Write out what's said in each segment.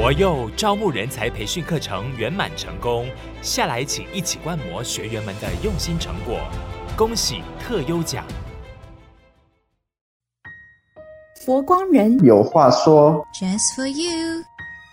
国佑招募人才培训课程圆满成功，下来请一起观摩学员们的用心成果，恭喜特优奖。 佛光人有话说 Just for you。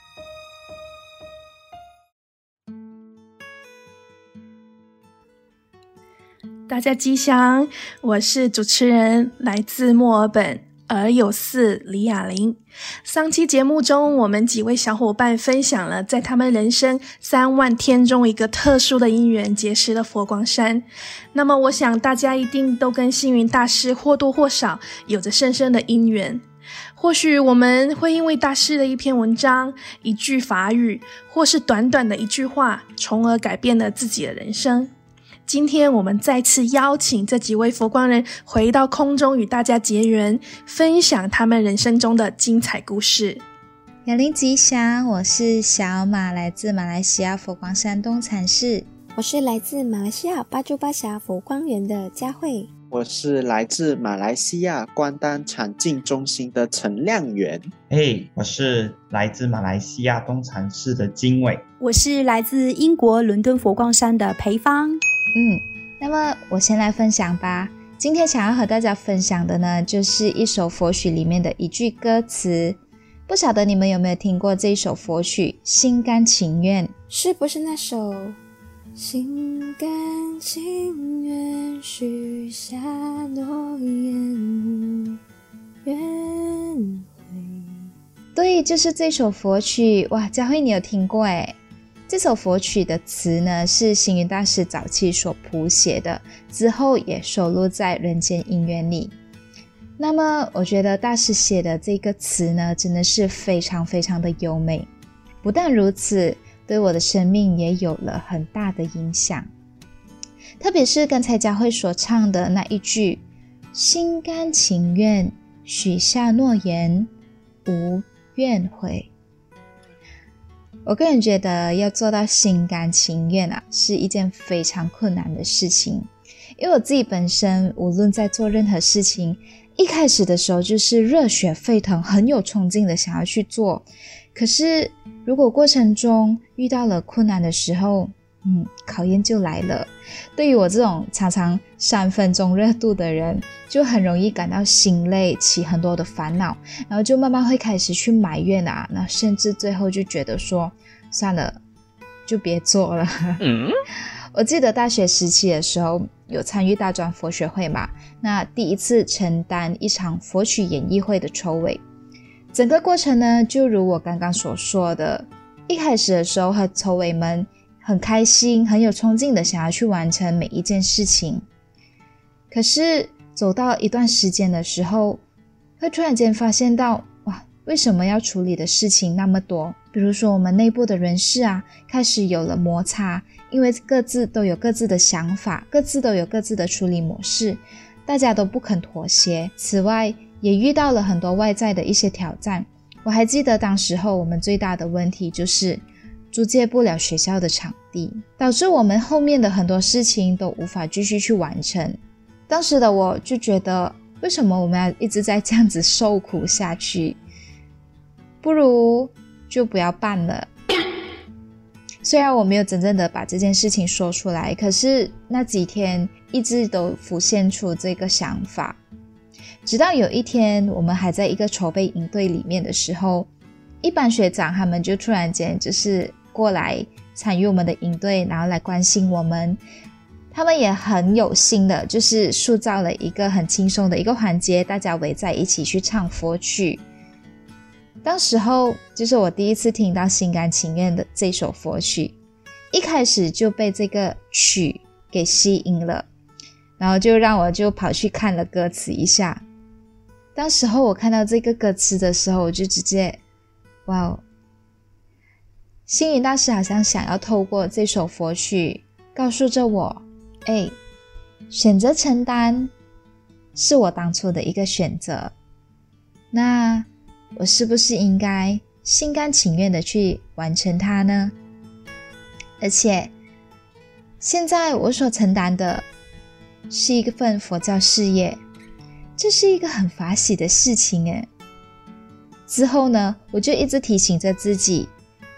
大家吉祥，我是主持人，来自墨尔本尔有寺李雅玲。上期节目中，我们几位小伙伴分享了在他们人生3万天中一个特殊的因缘结识了佛光山。那么我想大家一定都跟星云大师或多或少有着深深的因缘。或许我们会因为大师的一篇文章、一句法语，或是短短的一句话，从而改变了自己的人生。今天我们再次邀请这几位佛光人回到空中与大家结缘，分享他们人生中的精彩故事。 雅玲吉祥，我是小马，来自马来西亚佛光山东禅寺。 我是来自马来西亚巴珠巴峡佛光园的佳慧。 我是来自马来西亚关丹禅净中心的陈亮元。 我是来自马来西亚东禅寺的金伟。 我是来自英国伦敦佛光山的裴芳。 那么我先来分享吧。今天想要和大家分享的呢，就是一首佛曲里面的一句歌词。不晓得你们有没有听过这一首佛曲《心甘情愿》？ 是不是那首心甘情愿许下诺言无怨悔？ 对，就是这首佛曲。哇，佳慧你有听过耶。这首佛曲的词呢，是星云大师早期所谱写的，之后也收录在《人间因缘》里。那么我觉得大师写的这个词呢，真的是非常非常的优美。不但如此，对我的生命也有了很大的影响。特别是刚才佳慧所唱的那一句心甘情愿许下诺言无怨悔。我个人觉得要做到心甘情愿是一件非常困难的事情。因为我自己本身无论在做任何事情，一开始的时候就是热血沸腾，很有冲劲的想要去做。可是如果过程中遇到了困难的时候，考验就来了。对于我这种常常3分钟热度的人，就很容易感到心累，起很多的烦恼，然后就慢慢会开始去埋怨那甚至最后就觉得说算了，就别做了。我记得大学时期的时候有参与大专佛学会嘛，那第一次承担一场佛曲演绎会的筹委。整个过程呢，就如我刚刚所说的，一开始的时候和筹委们很开心，很有冲劲的想要去完成每一件事情。可是走到一段时间的时候，会突然间发现到，哇，为什么要处理的事情那么多？比如说我们内部的人事开始有了摩擦，因为各自都有各自的想法，各自都有各自的处理模式，大家都不肯妥协。此外也遇到了很多外在的一些挑战。我还记得当时候我们最大的问题就是租借不了学校的场地，导致我们后面的很多事情都无法继续去完成。当时的我就觉得，为什么我们要一直在这样子受苦下去？不如就不要办了。虽然我没有真正的把这件事情说出来，可是那几天一直都浮现出这个想法。直到有一天我们还在一个筹备营队里面的时候，一班学长他们就突然间就是过来参与我们的营队，然后来关心我们。他们也很有心的就是塑造了一个很轻松的一个环节，大家围在一起去唱佛曲。当时候就是我第一次听到心甘情愿的这首佛曲，一开始就被这个曲给吸引了，然后就让我就跑去看了歌词一下。当时候我看到这个歌词的时候，我就直接哇，星云大师好像想要透过这首佛曲告诉着我，选择承担是我当初的一个选择，那我是不是应该心甘情愿的去完成它呢？而且现在我所承担的是一份佛教事业，这是一个很法喜的事情耶。之后呢，我就一直提醒着自己，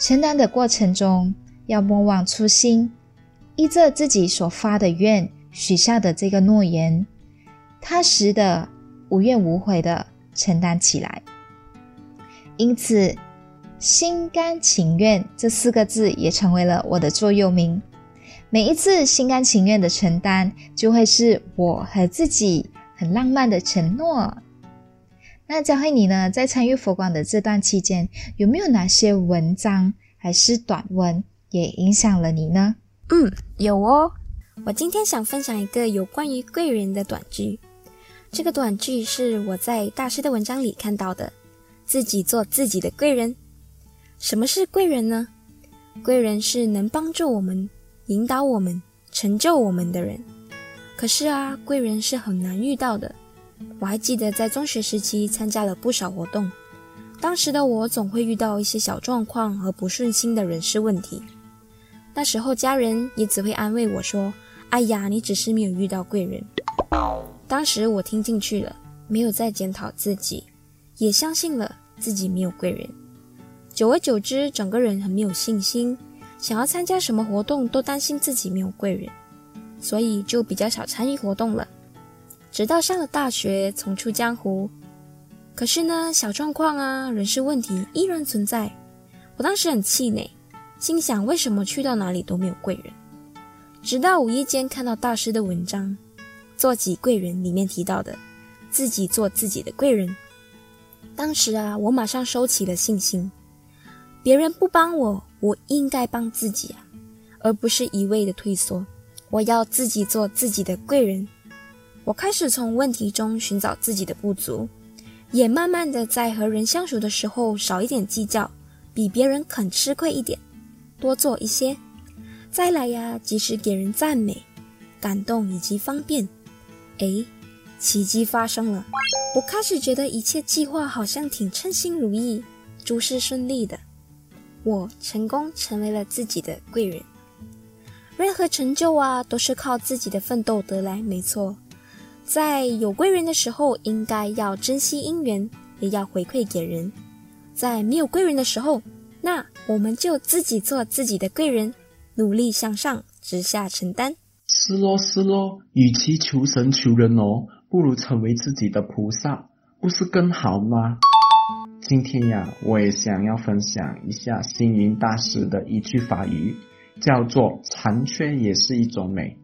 承担的过程中要莫忘初心，依着自己所发的愿，许下的这个诺言，踏实的无怨无悔的承担起来。因此心甘情愿这4个字也成为了我的座右铭。每一次心甘情愿的承担，就会是我和自己很浪漫的承诺。那佳慧你呢，在参与佛光的这段期间，有没有哪些文章还是短文也影响了你呢？ 有哦。我今天想分享一个有关于贵人的短句。这个短句是我在大师的文章里看到的，自己做自己的贵人。什么是贵人呢？贵人是能帮助我们、引导我们、成就我们的人。可是啊，贵人是很难遇到的。我还记得在中学时期参加了不少活动，当时的我总会遇到一些小状况和不顺心的人事问题。那时候家人也只会安慰我说，哎呀，你只是没有遇到贵人。当时我听进去了，没有再检讨自己，也相信了自己没有贵人。久而久之，整个人很没有信心，想要参加什么活动都担心自己没有贵人，所以就比较少参与活动了。直到上了大学，重出江湖，可是呢，小状况啊，人事问题依然存在。我当时很气馁，心想为什么去到哪里都没有贵人。直到无意间看到大师的文章《做己贵人》里面提到的自己做自己的贵人，当时啊，我马上收起了信心。别人不帮我，我应该帮自己啊，而不是一味的退缩。我要自己做自己的贵人。我开始从问题中寻找自己的不足，也慢慢的在和人相处的时候少一点计较，比别人肯吃亏一点，多做一些。再来呀，及时给人赞美、感动以及方便。奇迹发生了，我开始觉得一切计划好像挺称心如意，诸事顺利的。我成功成为了自己的贵人。任何成就啊，都是靠自己的奋斗得来，没错。在有贵人的时候，应该要珍惜因缘，也要回馈给人。在没有贵人的时候，那我们就自己做自己的贵人，努力向上，直下承担。 是咯，与其求神求人哦，不如成为自己的菩萨，不是更好吗？今天呀，我也想要分享一下星云大师的一句法语，叫做残缺也是一种美。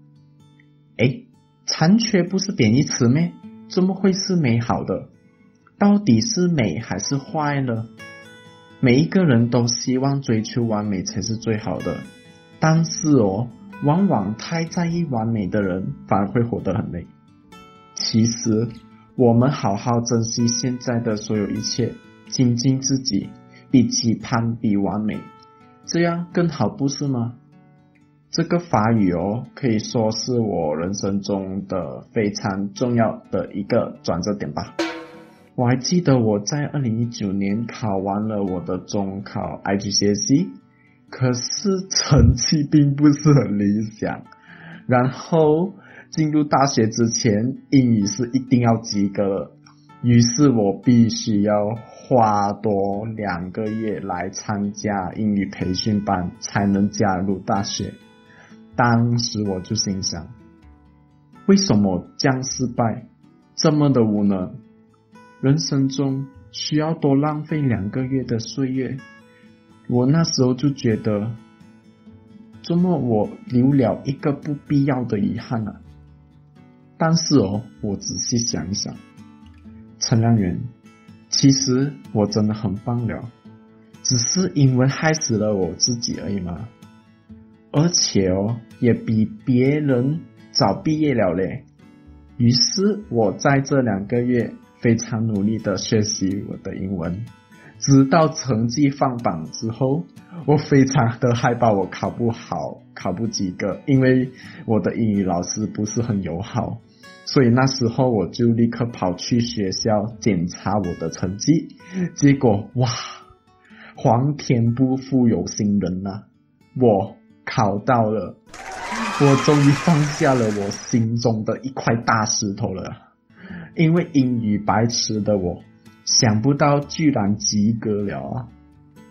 残缺不是贬义词咩？怎么会是美好的？到底是美还是坏呢？每一个人都希望追求完美才是最好的，但是往往太在意完美的人反而会活得很累。其实我们好好珍惜现在的所有一切，精进自己，比期盼比完美，这样更好不是吗？这个法语可以说是我人生中的非常重要的一个转折点吧。我还记得我在2019年考完了我的中考 IGCSE， 可是成绩并不是很理想，然后进入大学之前英语是一定要及格了，于是我必须要花多2个月来参加英语培训班才能加入大学。当时我就心想，为什么这样失败，这么的无能？人生中需要多浪费2个月的岁月？我那时候就觉得，怎么我留了一个不必要的遗憾啊？但是我仔细想一想，陈良源，其实我真的很棒了，只是因为害死了我自己而已嘛。而且也比别人早毕业了嘞。于是我在这2个月非常努力的学习我的英文，直到成绩放榜之后，我非常的害怕我考不好，考不及格，因为我的英语老师不是很友好，所以那时候我就立刻跑去学校检查我的成绩，结果哇，皇天不负有心人啊，我考到了，我终于放下了我心中的一块大石头了。因为英语白痴的我，想不到居然及格了啊！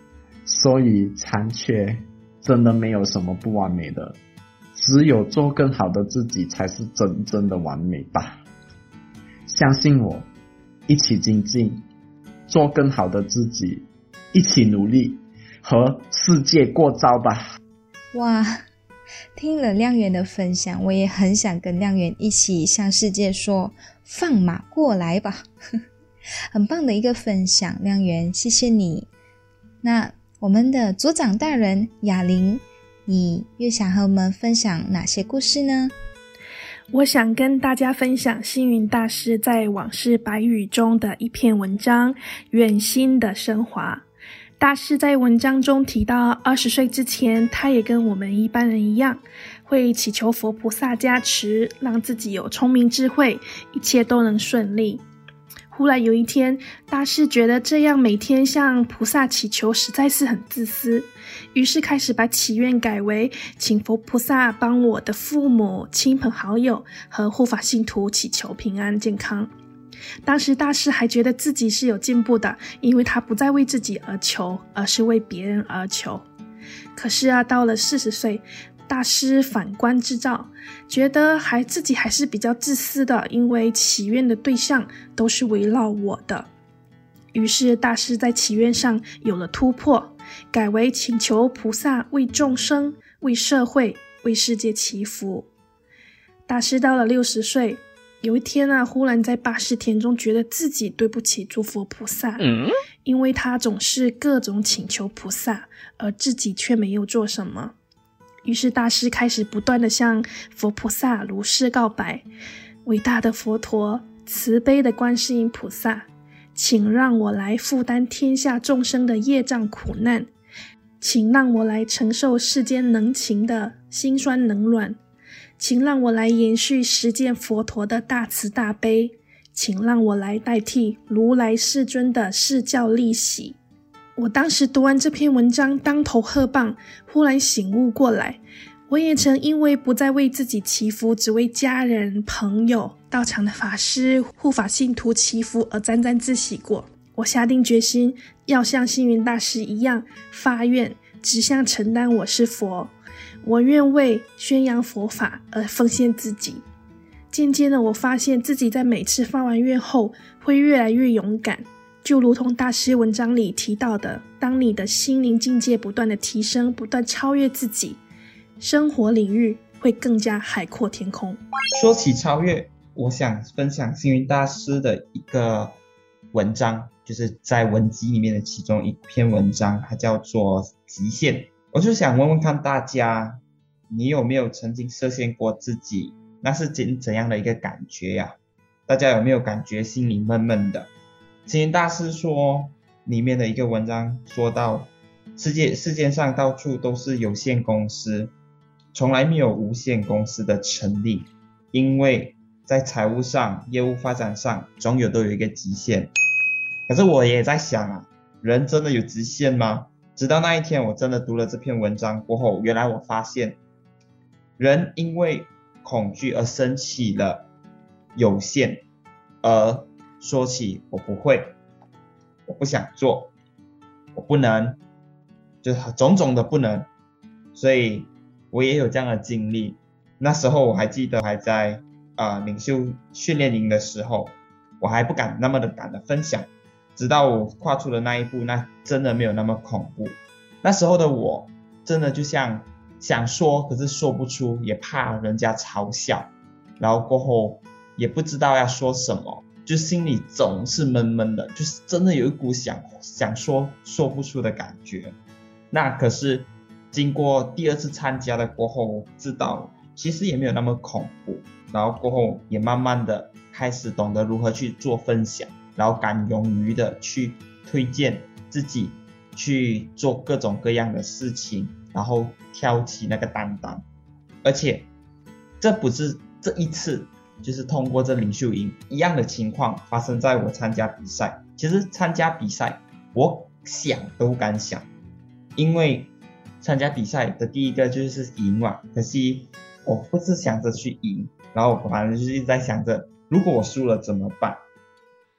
所以残缺真的没有什么不完美的，只有做更好的自己才是真正的完美吧。相信我，一起精进，做更好的自己，一起努力，和世界过招吧。 哇，听了亮元的分享，我也很想跟亮元一起向世界说放马过来吧。很棒的一个分享，亮元，谢谢你。那我们的组长大人雅玲，你又想和我们分享哪些故事呢？ 我想跟大家分享星云大师在《往事百语》中的一篇文章《远心的升华》。大师在文章中提到，20岁之前，他也跟我们一般人一样，会祈求佛菩萨加持，让自己有聪明智慧，一切都能顺利。忽然有一天，大师觉得这样每天向菩萨祈求实在是很自私，于是开始把祈愿改为请佛菩萨帮我的父母、亲朋好友和护法信徒祈求平安健康。当时大师还觉得自己是有进步的，因为他不再为自己而求，而是为别人而求。可是到了40岁，大师反观自照，觉得自己还是比较自私的，因为祈愿的对象都是围绕我的。于是大师在祈愿上有了突破，改为请求菩萨为众生、为社会、为世界祈福。大师到了60岁，有一天忽然在80田中觉得自己对不起诸佛菩萨，因为他总是各种请求菩萨，而自己却没有做什么。于是大师开始不断地向佛菩萨如是告白：伟大的佛陀，慈悲的观世音菩萨，请让我来负担天下众生的业障苦难，请让我来承受世间能情的辛酸冷暖，请让我来延续实践佛陀的大慈大悲，请让我来代替如来世尊的示教利喜。我当时读完这篇文章，当头喝棒，忽然醒悟过来，我也曾因为不再为自己祈福，只为家人、朋友、道场的法师、护法信徒祈福而沾沾自喜过。我下定决心要像星云大师一样发愿，只想承担我是佛，我愿为宣扬佛法而奉献自己。渐渐的，我发现自己在每次发完愿后会越来越勇敢，就如同大师文章里提到的，当你的心灵境界不断的提升，不断超越自己，生活领域会更加海阔天空。 说起超越，我想分享星云大师的一个文章，就是在文集里面的其中一篇文章，它叫做极限。我就想问问看大家，你有没有曾经设限过自己？那是怎样的一个感觉呀？大家有没有感觉心里闷闷的？星云大师说里面的一个文章说到，世界上到处都是有限公司，从来没有无限公司的成立，因为在财务上、业务发展上都有一个极限。可是我也在想人真的有极限吗？直到那一天我真的读了这篇文章过后，原来我发现人因为恐惧而升起了有限，而说起我不会，我不想做，我不能，就是种种的不能。所以我也有这样的经历。那时候我还记得还在领袖训练营的时候，我还不敢那么的敢的分享，直到我跨出了那一步，那真的没有那么恐怖。那时候的我真的就像想说，可是说不出，也怕人家嘲笑，然后过后也不知道要说什么，就心里总是闷闷的，就是真的有一股想说不出的感觉。那可是经过第2次参加的过后，我知道其实也没有那么恐怖，然后过后也慢慢的开始懂得如何去做分享，然后敢勇于的去推荐自己去做各种各样的事情，然后挑起那个担当。而且这不是这一次，就是通过这领袖营一样的情况发生在我参加比赛。其实参加比赛我想都不敢想，因为参加比赛的第一个就是赢嘛，可惜我不是想着去赢，然后我反正就是一直在想着如果我输了怎么办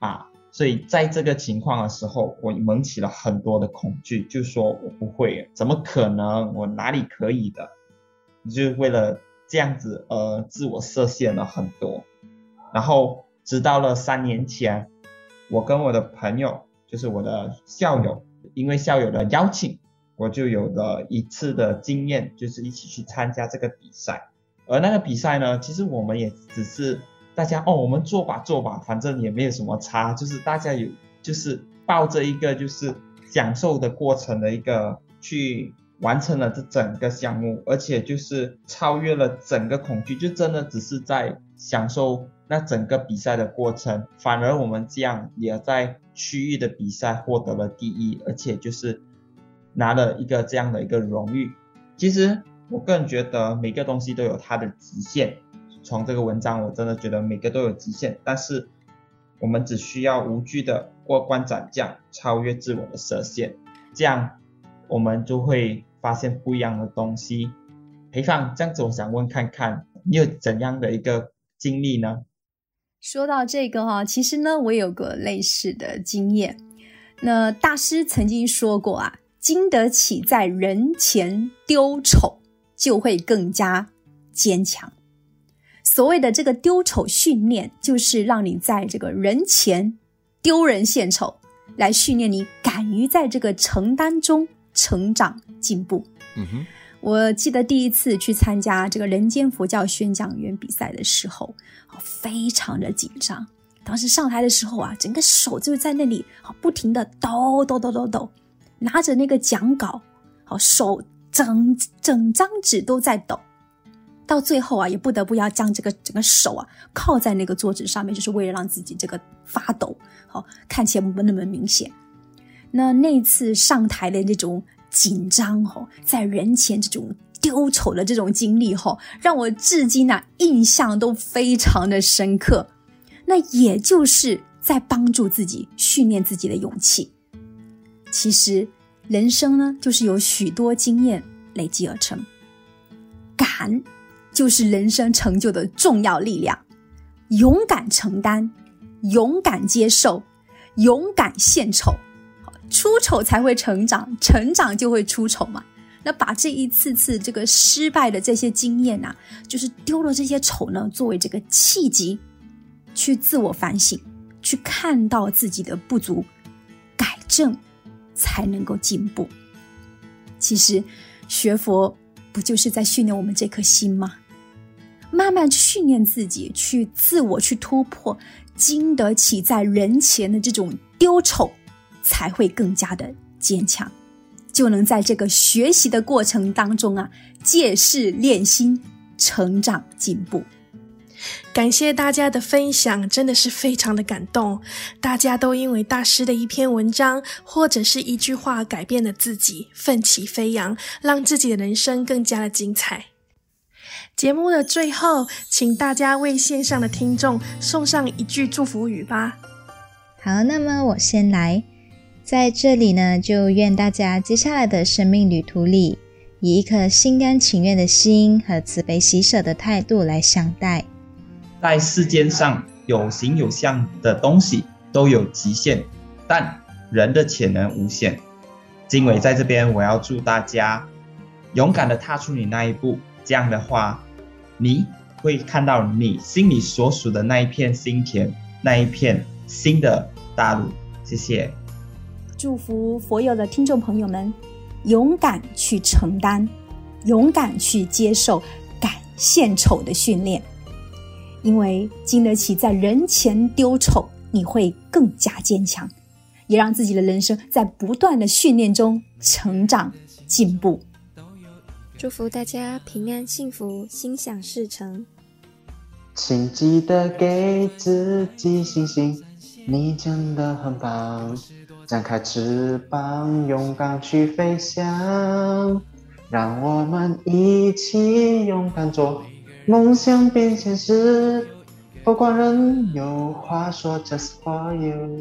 所以在这个情况的时候，我萌起了很多的恐惧，就说我不会，怎么可能，我哪里可以的，就为了这样子自我设限了很多。然后直到了3年前，我跟我的朋友，就是我的校友，因为校友的邀请，我就有了一次的经验，就是一起去参加这个比赛。而那个比赛呢，其实我们也只是大家我们做吧，反正也没有什么差，就是大家就是抱着一个就是享受的过程的一个去完成了这整个项目，而且就是超越了整个恐惧，就真的只是在享受那整个比赛的过程。反而我们这样也在区域的比赛获得了第一，而且就是拿了一个这样的一个荣誉。其实我个人觉得每个东西都有它的极限，从这个文章我真的觉得每个都有极限，但是我们只需要无惧的过关斩将，超越自我的设限，这样我们就会发现不一样的东西。裴放，这样子我想问看看你有怎样的一个经历呢？ 说到这个其实呢我有个类似的经验。那大师曾经说过啊，经得起在人前丢丑，就会更加坚强。所谓的这个丢丑训练，就是让你在这个人前丢人现丑，来训练你敢于在这个承担中成长进步。我记得第一次去参加这个人间佛教宣讲员比赛的时候，非常的紧张。当时上台的时候啊，整个手就在那里不停的抖，拿着那个讲稿，手整张纸都在抖。到最后啊，也不得不要将这个整个手啊靠在那个桌子上面，就是为了让自己这个发抖看起来不那么明显。那一次上台的这种紧张在人前这种丢丑的这种经历让我至今啊印象都非常的深刻。那也就是在帮助自己训练自己的勇气。其实人生呢，就是由许多经验累积而成，敢就是人生成就的重要力量。勇敢承担，勇敢接受，勇敢献丑，出丑才会成长，成长就会出丑嘛。那把这一次次这个失败的这些经验啊，就是丢了这些丑呢，作为这个契机，去自我反省，去看到自己的不足，改正，才能够进步。其实学佛不就是在训练我们这颗心吗？慢慢训练自己，去自我去突破，经得起在人前的这种丢丑，才会更加的坚强，就能在这个学习的过程当中啊，借势练心，成长进步。 感谢大家的分享，真的是非常的感动。大家都因为大师的一篇文章或者是一句话改变了自己，奋起飞扬，让自己的人生更加的精彩。节目的最后，请大家为线上的听众送上一句祝福语吧。 好，那么我先来。在这里呢，就愿大家接下来的生命旅途里，以一颗心甘情愿的心和慈悲喜舍的态度来相待。 在世间上有形有相的东西都有极限，但人的潜能无限。经纬在这边，我要祝大家勇敢的踏出你那一步，这样的话你会看到你心里所属的那一片心田，那一片新的大陆。谢谢。 祝福所有的听众朋友们勇敢去承担，勇敢去接受敢献丑的训练，因为经得起在人前丢丑，你会更加坚强，也让自己的人生在不断的训练中成长进步。 祝福大家平安幸福，心想事成。 请记得给自己信心，你真的很棒，展开翅膀，勇敢去飞翔，让我们一起勇敢做梦想变现实，不管人有话说 just for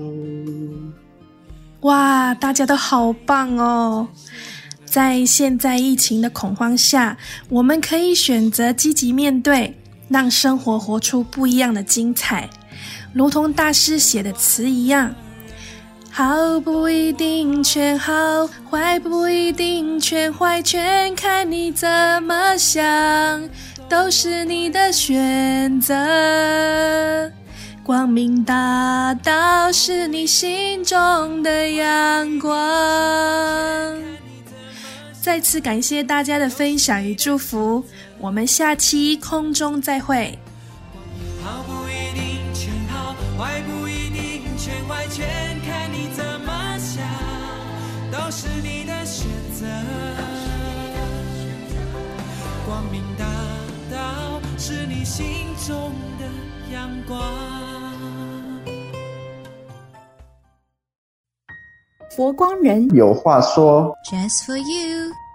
you。 哇，大家都好棒哦。在现在疫情的恐慌下，我们可以选择积极面对，让生活活出不一样的精彩。 如同大师写的词一样，好不一定全好，坏不一定全坏，全看你怎么想，都是你的选择。光明大道是你心中的阳光。再次感谢大家的分享与祝福，我们下期空中再会。 好不一定全好，坏不一定全坏，全看你怎么想，都是你的选择。光明大道是你心中的阳光。 佛光人有话说 Just for you。